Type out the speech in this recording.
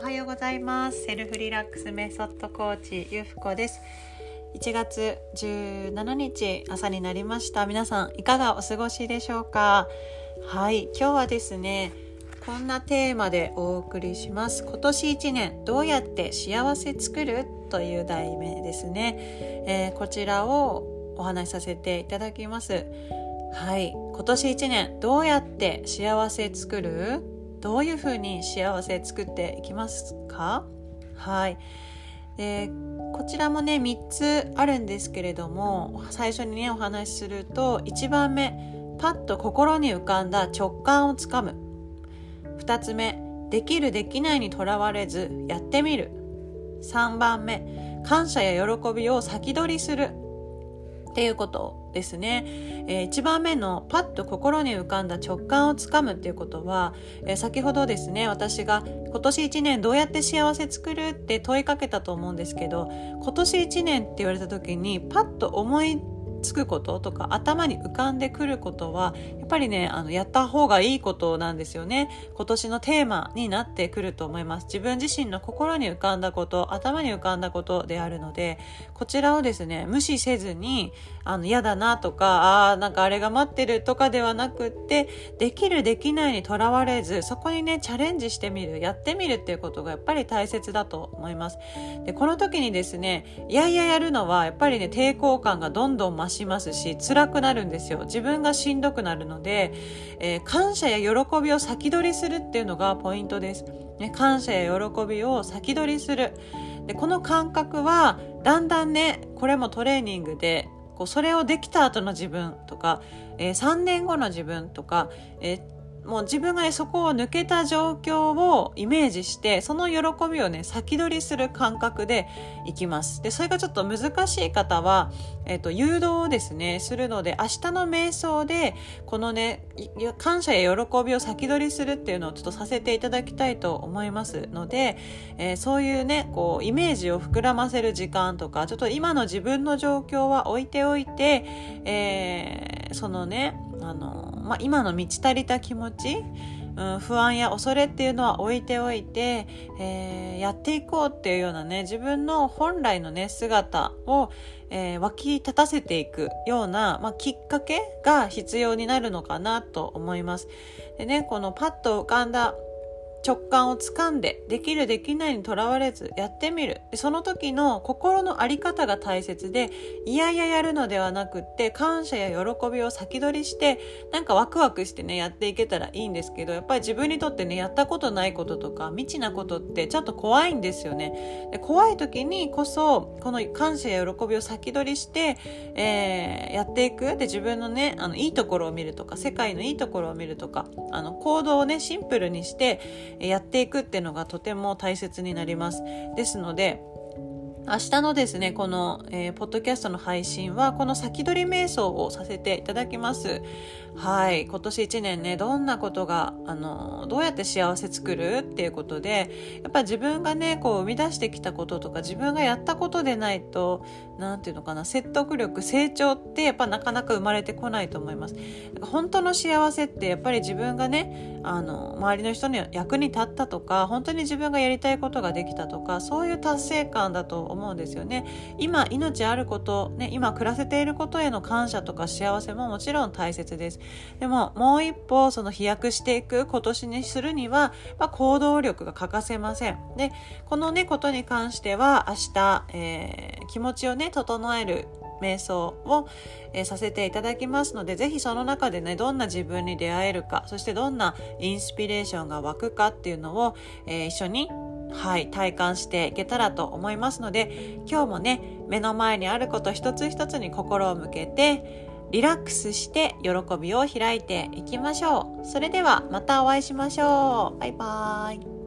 はようございます。セルフリラックスメソッドコーチゆふこです。1月17日朝になりました。皆さんいかがお過ごしでしょうか。はい、今日はですね、こんなテーマでお送りします。今年1年どうやって幸せ作るという題名ですね。こちらをお話しさせていただきます。はい、今年1年どうやって幸せ作る？どういうふうに幸せ作っていきますか？はい。こちらもね3つあるんですけれども、最初にねお話しすると、1番目、パッと心に浮かんだ直感をつかむ。2つ目、できるできないにとらわれずやってみる。3番目、感謝や喜びを先取りするっていうことですね。1番目のパッと心に浮かんだ直感をつかむっていうことは、先ほどですね、私が今年1年どうやって幸せ作るって問いかけたと思うんですけど、今年1年って言われた時にパッと思いつくこととか頭に浮かんでくることはやっぱりね、やった方がいいことなんですよね。今年のテーマになってくると思います。自分自身の心に浮かんだこと、頭に浮かんだことであるので、こちらをですね無視せずに、嫌だなとか、なんかあれが待ってるとかではなくって、できるできないにとらわれず、そこにねチャレンジしてみる、やってみるっていうことがやっぱり大切だと思います。でこの時にですね、やるのはやっぱりね抵抗感がどんどん増しますし、辛くなるんですよ。自分がしんどくなるので、感謝や喜びを先取りするっていうのがポイントです、ね、感謝や喜びを先取りする。でこの感覚はだんだんね、これもトレーニングでそれをできた後の自分とか、3年後の自分とか、もう自分がねそこを抜けた状況をイメージして、その喜びをね先取りする感覚でいきます。でそれがちょっと難しい方は、誘導をですねするので、明日の瞑想でこのね感謝や喜びを先取りするっていうのをちょっとさせていただきたいと思いますので、そういうねイメージを膨らませる時間とか、ちょっと今の自分の状況は置いておいて、そのね今の満ち足りた気持ち、不安や恐れっていうのは置いておいて、やっていこうっていうようなね、自分の本来のね姿を、湧き立たせていくような、きっかけが必要になるのかなと思います。でね、このパッと浮かんだ直感をつかんで、できるできないにとらわれずやってみる。その時の心のあり方が大切で、やるのではなくって、感謝や喜びを先取りして、なんかワクワクしてねやっていけたらいいんですけど、やっぱり自分にとってねやったことないこととか未知なことってちょっと怖いんですよね。で怖い時にこそこの感謝や喜びを先取りして、やっていく。で自分のねいいところを見るとか、世界のいいところを見るとか、行動をねシンプルにしてやっていくっていうのがとても大切になります。ですので明日のですねこの、ポッドキャストの配信はこの先取り瞑想をさせていただきます。はい、今年1年ねどんなことがどうやって幸せ作るっていうことで、やっぱ自分がね生み出してきたこととか、自分がやったことでないと、なんていうのかな、説得力、成長ってやっぱなかなか生まれてこないと思います。本当の幸せってやっぱり自分がね周りの人に役に立ったとか、本当に自分がやりたいことができたとか、そういう達成感だと思うんですよね。今命あること、ね、今暮らせていることへの感謝とか幸せももちろん大切です。でももう一歩その飛躍していく今年にするには、行動力が欠かせません。でこのねことに関しては明日、気持ちをね整える瞑想を、させていただきますので、ぜひその中でねどんな自分に出会えるか、そしてどんなインスピレーションが湧くかっていうのを、一緒に体感していけたらと思いますので、今日もね目の前にあること一つ一つに心を向けてリラックスして喜びを開いていきましょう。それではまたお会いしましょう。バイバイ。